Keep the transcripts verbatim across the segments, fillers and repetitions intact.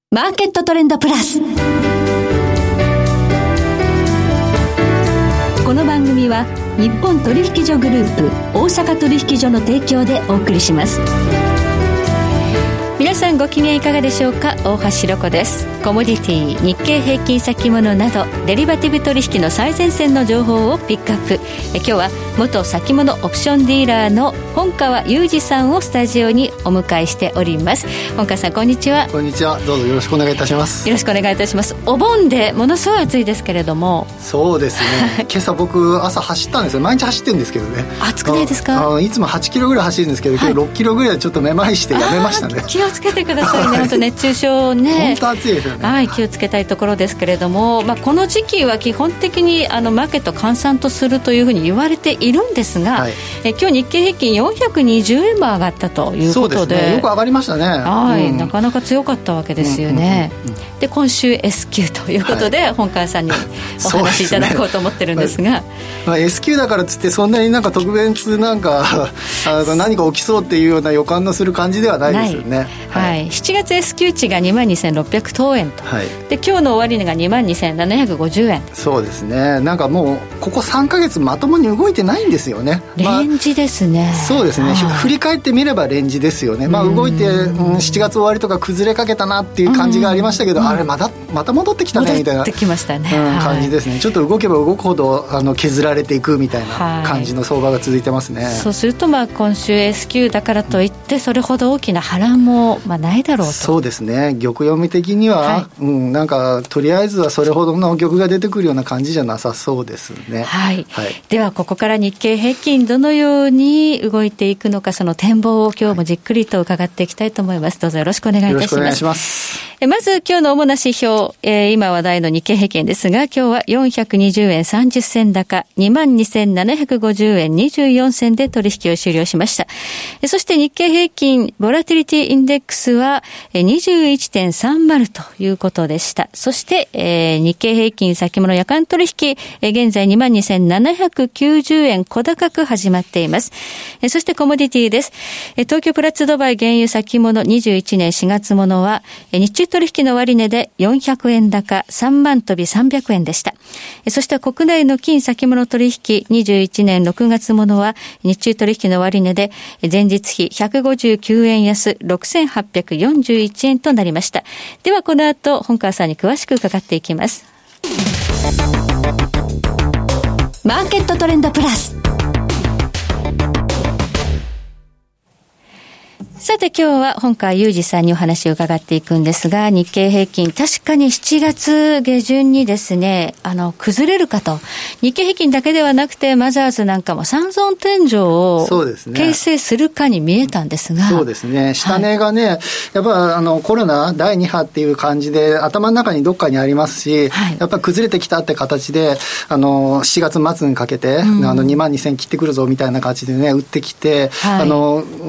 マーケットトレンドプラス。この番組は日本取引所グループ大阪取引所の提供でお送りします。皆さんご機嫌いかがでしょうか。大橋ロコです。コモディティ、日経平均先物などデリバティブ取引の最前線の情報をピックアップ。え今日は元先物オプションディーラーの本川雄二さんをスタジオにお迎えしております。本川さん、こんにちは。 こんにちは。どうぞよろしくお願いいたします。 よろしくお願いいたします。お盆でものすごい暑いですけれども。 そうですね今朝僕朝走ったんですよ。毎日走ってるんですけどね。 暑くないですか。 ああいつもはちキロぐらい走るんですけど、今日ろっキロぐらいちょっとめまいしてやめましたね。 気をつけてくださいね本当熱中症ね。 本当暑いですよね。 はい、気をつけたいところですけれども、まあ、この時期は基本的にあのマーケット閑散とするというふうに言われているんですが、はい、え今日日経平均よんひゃくにじゅうえんも上がったということ で, そうですね、よく上がりましたね。 はい、 うん、 なかなか強かったわけですよね、うんうんうんうん、で今週 S q ということで、はい、本川さんにお話しいただこうと思ってるんですが、 まあ、S q だからっつってそんなになんか特別なんかあの何か起きそうっていうような予感のする感じではないですよね。 はいはい、しちがつ S q 値がにまんにせんろっぴゃくとうえんと、はい、で今日の終値がにまんにせんななひゃくごじゅうえん。 そうですね、なんかもうここさんかげつまともに動いてないんですよね。 レンジですね、 まあ、そうですね、振り返ってみればレンジですよね。まあ、動いて、うん、しちがつ終わりとか崩れかけたなっていう感じがありましたけど、うん、あれまたまた戻ってきたねみたいな戻ってきましたね、 うん、感じですね。ちょっと動けば動くほどあの削られていくみたいな感じの相場が続いてますね、はい、 そうするとまあ今週 S q だからといってそれほど大きな波乱もまあないだろうと。 そうですね、玉読み的には、はい、うん、なんかとりあえずはそれほどの玉が出てくるような感じじゃなさそうですね、 はいはい、ではここから日経平均どのように動いていくのか、その展望を今日もじっくりと伺っていきたいと思います。どうぞよろしくお願いいたします。よろしくお願いします。えまず今日の主な指標、えー、今話題の日経平均ですが、今日はよんひゃくにじゅうえんさんじゅっせん高 にまんにせんななひゃくごじゅうえんにじゅうよんせんで取引を終了しました。えそして日経平均ボラティリティインデックスは にじゅういってんさんまる ということでした。そして、えー、日経平均先物夜間取引、えー、現在 にまんにせんななひゃくきゅうじゅうえん小高く始まっています。えー、そしてコモディティです。えー、東京プラッツドバイ原油先物にじゅういちねんしがつものは、えー、日中取引の終値でよんひゃくえん高さんまん飛びさんびゃくえんでした。えー、そして国内の金先物取引にじゅういちねんろくがつものは日中取引の終値で前日比ひゃくごじゅうきゅうえん安ろくせんはっぴゃくよんじゅういちえんとなりました。ではこの後本川さんに詳しく伺っていきます。マーケットトレンドプラス。さて今日は本川雄二さんにお話を伺っていくんですが、日経平均確かにしちがつげじゅんにですね、あの崩れるかと、日経平均だけではなくてマザーズなんかも三尊天井を形成するかに見えたんですが、 そうですね、下値がね、はい、やっぱあのコロナだいに波っていう感じで頭の中にどっかにありますし、はい、やっぱ崩れてきたって形であのしちがつ末にかけて、うん、あのにまんにせん切ってくるぞみたいな感じでね売ってきて、はい、あの、うん、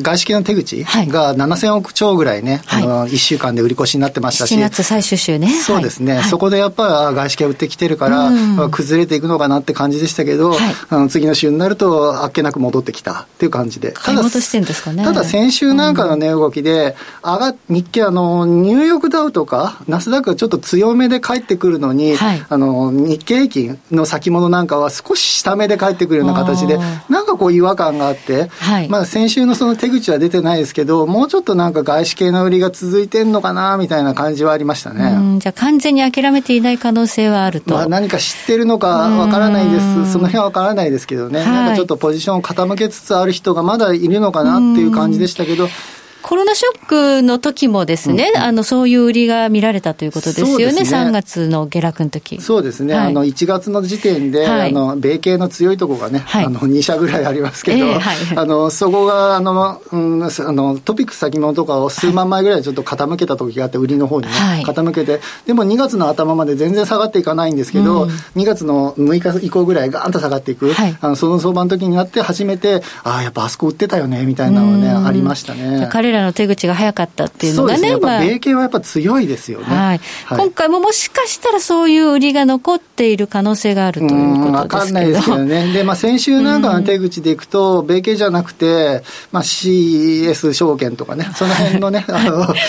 外資系の手口がななせんおくちょうぐらいね、はい、あのいっしゅうかんで売り越しになってましたし、 しちがつ最終週ね、 そうですね、はい、そこでやっぱり外資系売ってきてるから、うん、崩れていくのかなって感じでしたけど、はい、あの次の週になるとあっけなく戻ってきたっていう感じで、 買い戻してるんですかね。 ただ先週なんかの値動きで、うん、上が日経あのニューヨークダウとかナスダックがちょっと強めで帰ってくるのに、はい、あの日経平均の先物なんかは少し下目で帰ってくるような形で、なんかこう違和感があって、はい、まあ、先週のその手口は出てないですけど、もうちょっとなんか外資系の売りが続いてんのかなみたいな感じはありましたね。 うん、じゃあ完全に諦めていない可能性はあると、 まあ、何か知ってるのかわからないです。その辺はわからないですけどね、はい、なんかちょっとポジションを傾けつつある人がまだいるのかなっていう感じでしたけど、 コロナショックの時もですね、うん、あのそういう売りが見られたということですよ ね, ねさんがつの下落の時。 そうですね、はい、あのいちがつの時点で、はい、あの米系の強いところがね、はい、あのにしゃぐらいありますけど、えーはい、あのそこがあの、うん、あのトピックス先物とかを数万枚ぐらいちょっと傾けた時があって、売りの方に、ね、はい、傾けて、でもにがつの頭まで全然下がっていかないんですけど、うん、にがつのむいか以降ぐらいガーンと下がっていく、はい、あのその相場の時になって初めて、ああやっぱあそこ売ってたよねみたいなのはね、ありましたね。 彼彼らの手口が早かったっていうのがね、そうですね、 やっぱ米系はやっぱ強いですよね、 はいはい、今回ももしかしたらそういう売りが残っている可能性があるということですけど、 分かんないですけどね。で、まあ、先週なんかの手口でいくと、米系じゃなくて、まあ、シーエス 証券とかね、その辺のね、あの、はい、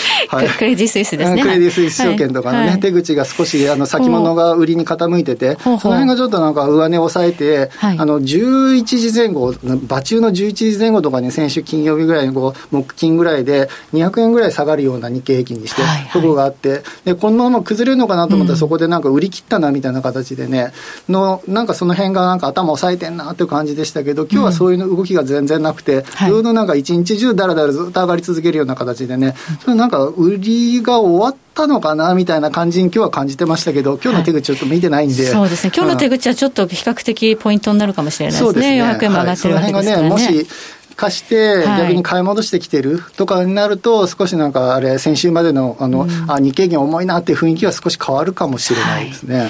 クレディスイスですね。 クレディスイス証券とかのね、はい、手口が少しあの先物が売りに傾いてて、その辺がちょっとなんか上値を抑えて、はい、あのじゅういちじぜん後、場中のじゅういちじぜん後とかに先週金曜日ぐらいにこう木金ぐらいでにひゃくえんぐらい下がるような日経平均にして、はいはい、ところがあって、でこのまま崩れるのかなと思ったら、そこでなんか売り切ったなみたいな形でね、のなんかその辺がなんか頭押さえてんなっていう感じでしたけど、今日はそういう動きが全然なくて、うん、ずっとなんか一日中だらだらずっと上がり続けるような形でね、それなんか売りが終わったのかなみたいな感じに今日は感じてましたけど、今日の手口ちょっと見てないんで、はい、 そうですね、今日の手口はちょっと比較的ポイントになるかもしれないですね。そうですね、よんひゃくえんも上がってるわけですからね。 はい、その辺がね、もし貸して逆に買い戻してきてるとかになると、少しなんかあれ先週までのあの、うん、あ日経平均重いなっていう雰囲気は少し変わるかもしれないですね。はい、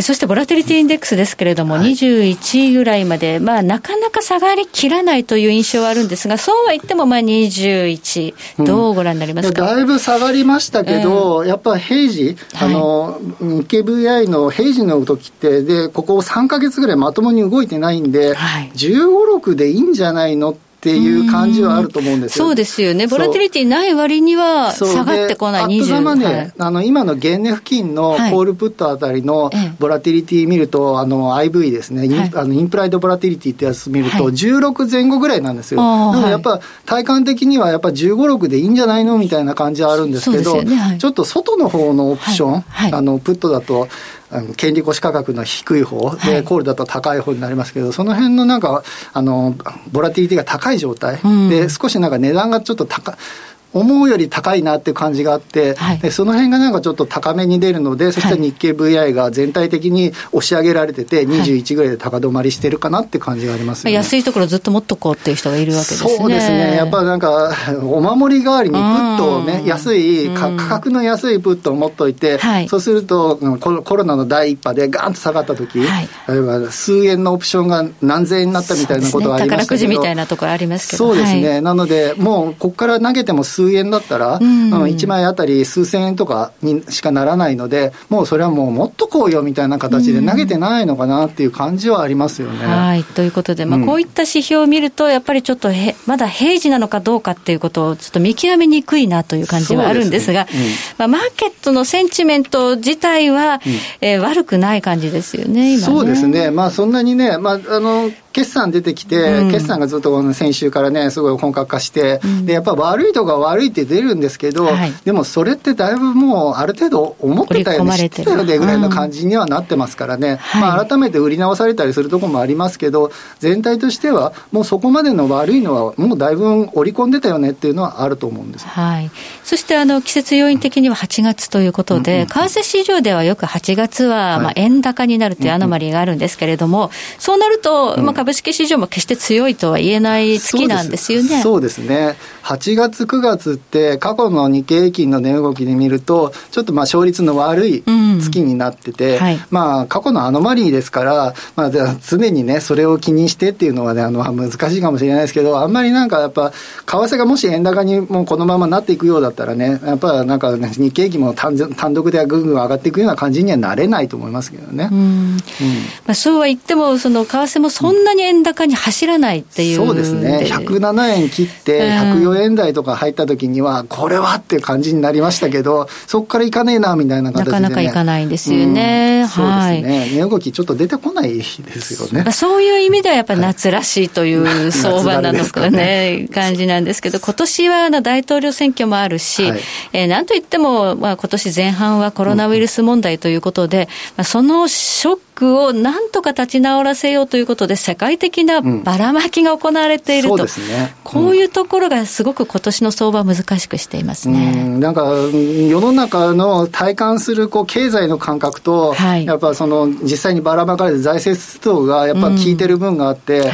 そしてボラティリティインデックスですけれども、はい、にじゅういちいぐらいまで、まあ、なかなか下がりきらないという印象はあるんですが、そうは言ってもまあにじゅういち、どうご覧になりますか？ うん、だいぶ下がりましたけど、うん、やっぱ平時、あの、はい、日経 ブイアイ の平時の時ってでここさんかげつぐらいまともに動いてないんで、はい、じゅうご、ろくでいいんじゃないのっていう感じはあると思うんですよ。 そうですよね。ボラティリティない割には下がってこない。にじゅう、 ね、はい、あの今の現値付近のコールプットあたりのボラティリティ見ると、あの アイブイ ですね、はい、あのインプライドボラティリティってやつ見るとじゅうろくぜん後ぐらいなんですよ。なのでやっぱ体感的にはやっぱじゅうご、ろくでいいんじゃないのみたいな感じはあるんですけど、ね、はい、ちょっと外の方のオプション、はいはい、あのプットだと権利越し価格の低い方で、はい、コールだと高い方になりますけど、その辺のなんかあのボラティリティが高い状態、うん、で少しなんか値段がちょっと高い思うより高いなっていう感じがあって、はい、でその辺がなんかちょっと高めに出るので、そして日経 ブイアイ が全体的に押し上げられてて、にじゅういちぐらいで高止まりしてるかなって感じがありますよね。 安いところずっと持っとこうっていう人がいるわけですね。 そうですね、やっぱりなんかお守り代わりにプットをね、安い価格の安いプットを持っといて、はい、そうするとコロナの第一波でガーンと下がった時、はい、例えば数円のオプションが何千円になったみたいなことがありましたけど、ね、宝くじみたいなところありますけど、そうですね、はい、なのでもうここから投げても数円だったらうん、いちまいあたり数千円とかにしかならないので、もうそれはもうもっとこうよみたいな形で投げてないのかなっていう感じはありますよね。 はい、ということで、まあ、こういった指標を見るとやっぱりちょっとへまだ平時なのかどうかっていうことをちょっと見極めにくいなという感じはあるんですが、ですね、うん、まあ、マーケットのセンチメント自体は、うん、えー、悪くない感じですよね、今ね。 そうですね、まあ、そんなにね、まあ、あの決算出てきて、うん、決算がずっと先週からねすごい本格化して、うん、でやっぱ悪いとか悪いって出るんですけど、はい、でもそれってだいぶもうある程度思ってたように知ってたよねぐらいの感じにはなってますからね、うん、まあ、改めて売り直されたりするところもありますけど、全体としてはもうそこまでの悪いのはもうだいぶ織り込んでたよねっていうのはあると思うんです、 はい、そしてあの季節要因的にははちがつということで、うんうん、為替市場ではよくはちがつはまあ円高になるというアノマリーがあるんですけれども、うんうん、そうなると、まあ、株式市場も決して強いとは言えない月なんですよね。 そうですね、はちがつくがつって過去の日経平均の値動きで見るとちょっとまあ勝率の悪い月になってて、うん、はい、まあ過去のアノマリーですから、まあ、常にねそれを気にしてっていうのはねあの難しいかもしれないですけど、あんまりなんかやっぱ為替がもし円高にもうこのままなっていくようだったらね、やっぱなんか、ね、日経平均も 単, 単独でぐんぐん上がっていくような感じにはなれないと思いますけどね。うん、うん、 まあ、そうは言ってもその為替もそんなに円高に走らないっていう、 うん、そうですね、ひゃくななえん切ってひゃくよえん台とか入った時にはこれはっていう感じになりましたけど、そこからいかねえなみたいな形で、ね、 なかなかいかないんですよね、 うん、そうですね、値動きちょっと出てこないですよね。 そういう意味ではやっぱり夏らしいという相場なのかね、感じなんですけど、今年は大統領選挙もあるし、はい、えー、なんといっても、まあ、今年前半はコロナウイルス問題ということで、うん、まあ、そのショックをなんとか立ち直らせようということで世界的なばらまきが行われていると、うん、そうですね、こういうところがすごく今年の相場を難しくしていますね。 うん、なんか世の中の体感するこう経済の感覚と、はい、やっぱその実際にばらまかれて財政出動がやっぱ効いてる分があって、うん、はい、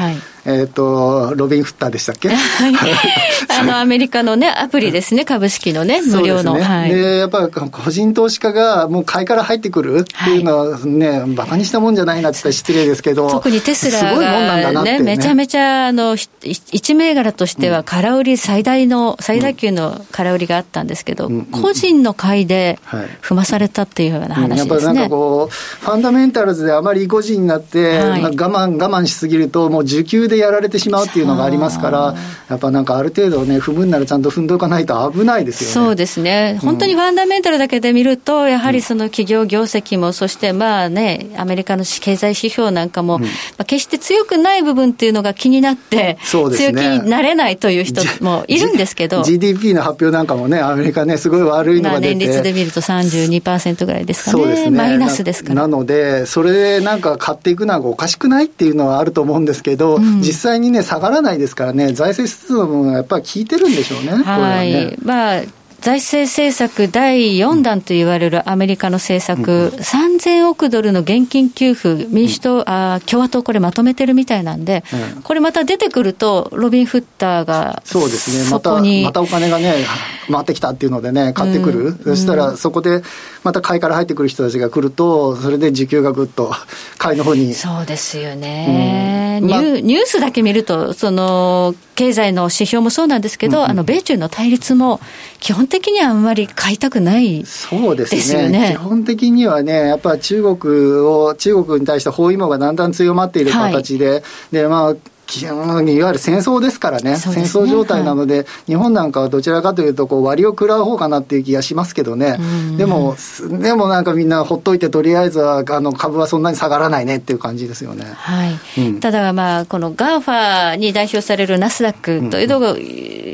えっと、ロビンフッターでしたっけあの、アメリカのね、アプリですね、株式のね、無料の。 で、ねはい、でやっぱり個人投資家がもう買いから入ってくるっていうのはね、はい、バカにしたもんじゃないなって言ったら失礼ですけど、 特にテスラが、ね、すごいもんなんだなってね、めちゃめちゃ、あの、一銘柄としては空売り最大の、うん、最大級の空売りがあったんですけど、うん、個人の買いで踏まされたっていうような話ですね。 やっぱりなんかこう、ファンダメンタルズであまり個人になって、はい、我慢我慢しすぎるともう需給でやられてしまうっていうのがありますから、やっぱなんかある程度ね、踏むんならちゃんと踏んでおかないと危ないですよね。 そうですね。本当にファンダメンタルだけで見ると、やはりその企業業績も、うん、そしてまあね、アメリカの経済指標なんかも、うん、まあ、決して強くない部分っていうのが気になって、そうですね、強気になれないという人もいるんですけど、 ジーディーピー の発表なんかもね、アメリカね、すごい悪いのが出て、 まあ、年率で見ると さんじゅうにパーセント ぐらいですかね。そうですね、マイナスですから。 なので、それでなんか買っていくのはおかしくないっていうのはあると思うんですけど、うん、実際にね、下がらないですからね、財政出動もやっぱり効いてるんでしょうね。 はい、これはね、まあ財政政策だいよん弾と言われるアメリカの政策、うん、さんぜんおくドルの現金給付、民主党、うん、あ共和党これまとめてるみたいなんで、うん、これまた出てくるとロビン・フッターがそうですね、またまたお金がね回ってきたっていうのでね、買ってくる、うん、そしたらそこでまた買いから入ってくる人たちが来ると、それで需給がぐっと買いの方に。 そうですよね、うん、ニュー、ま、ニュースだけ見るとその経済の指標もそうなんですけど、うんうん、あの米中の対立も基本的にはあんまり買いたくないですよね。そうですね、 基本的にはね、やっぱり中国を中国に対して包囲網がだんだん強まっている形で、はい、でまあいわゆる戦争ですから ね, ね戦争状態なので、はい、日本なんかはどちらかというとこう割を食らう方かなっていう気がしますけどね。でもでもなんかみんなほっといて、とりあえずはあの株はそんなに下がらないねっていう感じですよね。 はい、うん、ただまあこの ガーファ に代表されるナスダックというのが、うん、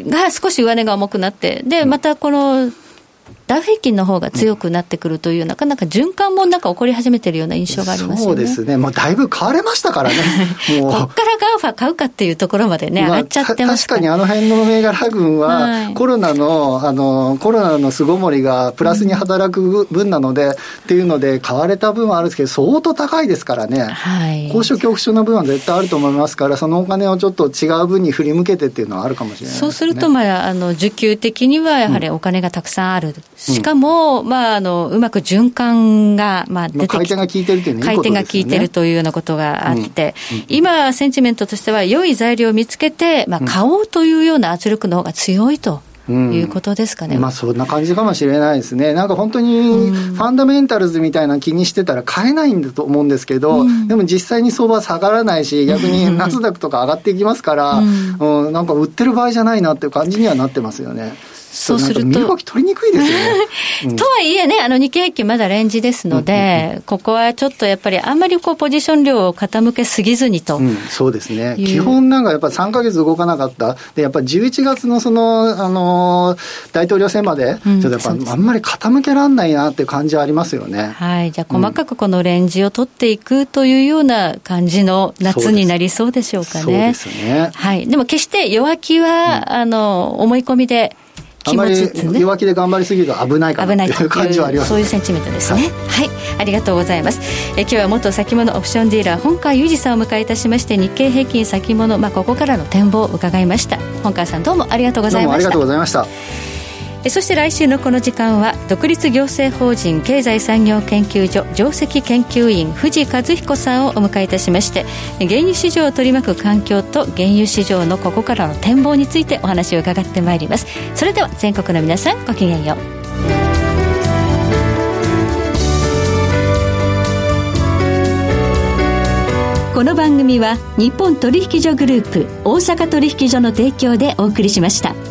が少し上値が重くなって、でまたこのダウ平均の方が強くなってくるという、うん、なかなか循環もなんか起こり始めているような印象がありますよね。 そうですね、もうだいぶ買われましたからねもうこっからガーファ買うかっていうところまでね、まあ、上がっちゃってますから。 確かにあの辺の銘柄群は、はい、コロナのあのコロナの巣ごもりがプラスに働く分なので、うん、っていうので買われた分はあるんですけど、相当高いですからね、はい、高所恐怖症の分は絶対あると思いますから、そのお金をちょっと違う分に振り向けてっていうのはあるかもしれないですね。 そうすると、まあ、あの需給的にはやはりお金がたくさんある、うん、しかも、まあ、あのうまく循環が、まあ、出てきて、 回転が効いてるというのはいいことですよね。回転が効いてるというようなことがあって、うんうん、今センチメントとしては良い材料を見つけて、まあ、買おうというような圧力の方が強いということですかね。 うん、まあ、そんな感じかもしれないですね。なんか本当にファンダメンタルズみたいな気にしてたら買えないんだと思うんですけど、うん、でも実際に相場は下がらないし、逆にナスダックとか上がっていきますから、うんうん、なんか売ってる場合じゃないなっていう感じにはなってますよね。 そうすると身動き取りにくいですよね、 うん、とはいえね、あの日経平均まだレンジですので、うんうんうん、ここはちょっとやっぱりあんまりこうポジション量を傾けすぎずにと、うん、 そうですね。基本なんかやっぱさんかげつ動かなかったで、やっぱりじゅういちがつのその、あのー、大統領選まで、うん、ちょっとやっぱあんまり傾けらんないなっていう感じはありますよね。 はい、じゃあ細かくこのレンジを取っていくというような感じの夏になりそうでしょうかね。 そうですね。 はい、でも決して弱気は、うん、あの思い込みであまり弱気で頑張りすぎると危ないかなっていう感じはあります、ね、 そういうセンチメントですね。はい、はい、ありがとうございます。え今日は元先物オプションディーラー本川裕二さんを迎えいたしまして、日経平均先物、まあ、ここからの展望を伺いました。本川さん、どうもありがとうございました。どうもありがとうございました。そして来週のこの時間は、独立行政法人経済産業研究所上席研究員藤和彦さんをお迎えいたしまして、原油市場を取り巻く環境と原油市場のここからの展望についてお話を伺ってまいります。それでは全国の皆さん、ごきげんよう。この番組は日本取引所グループ大阪取引所の提供でお送りしました。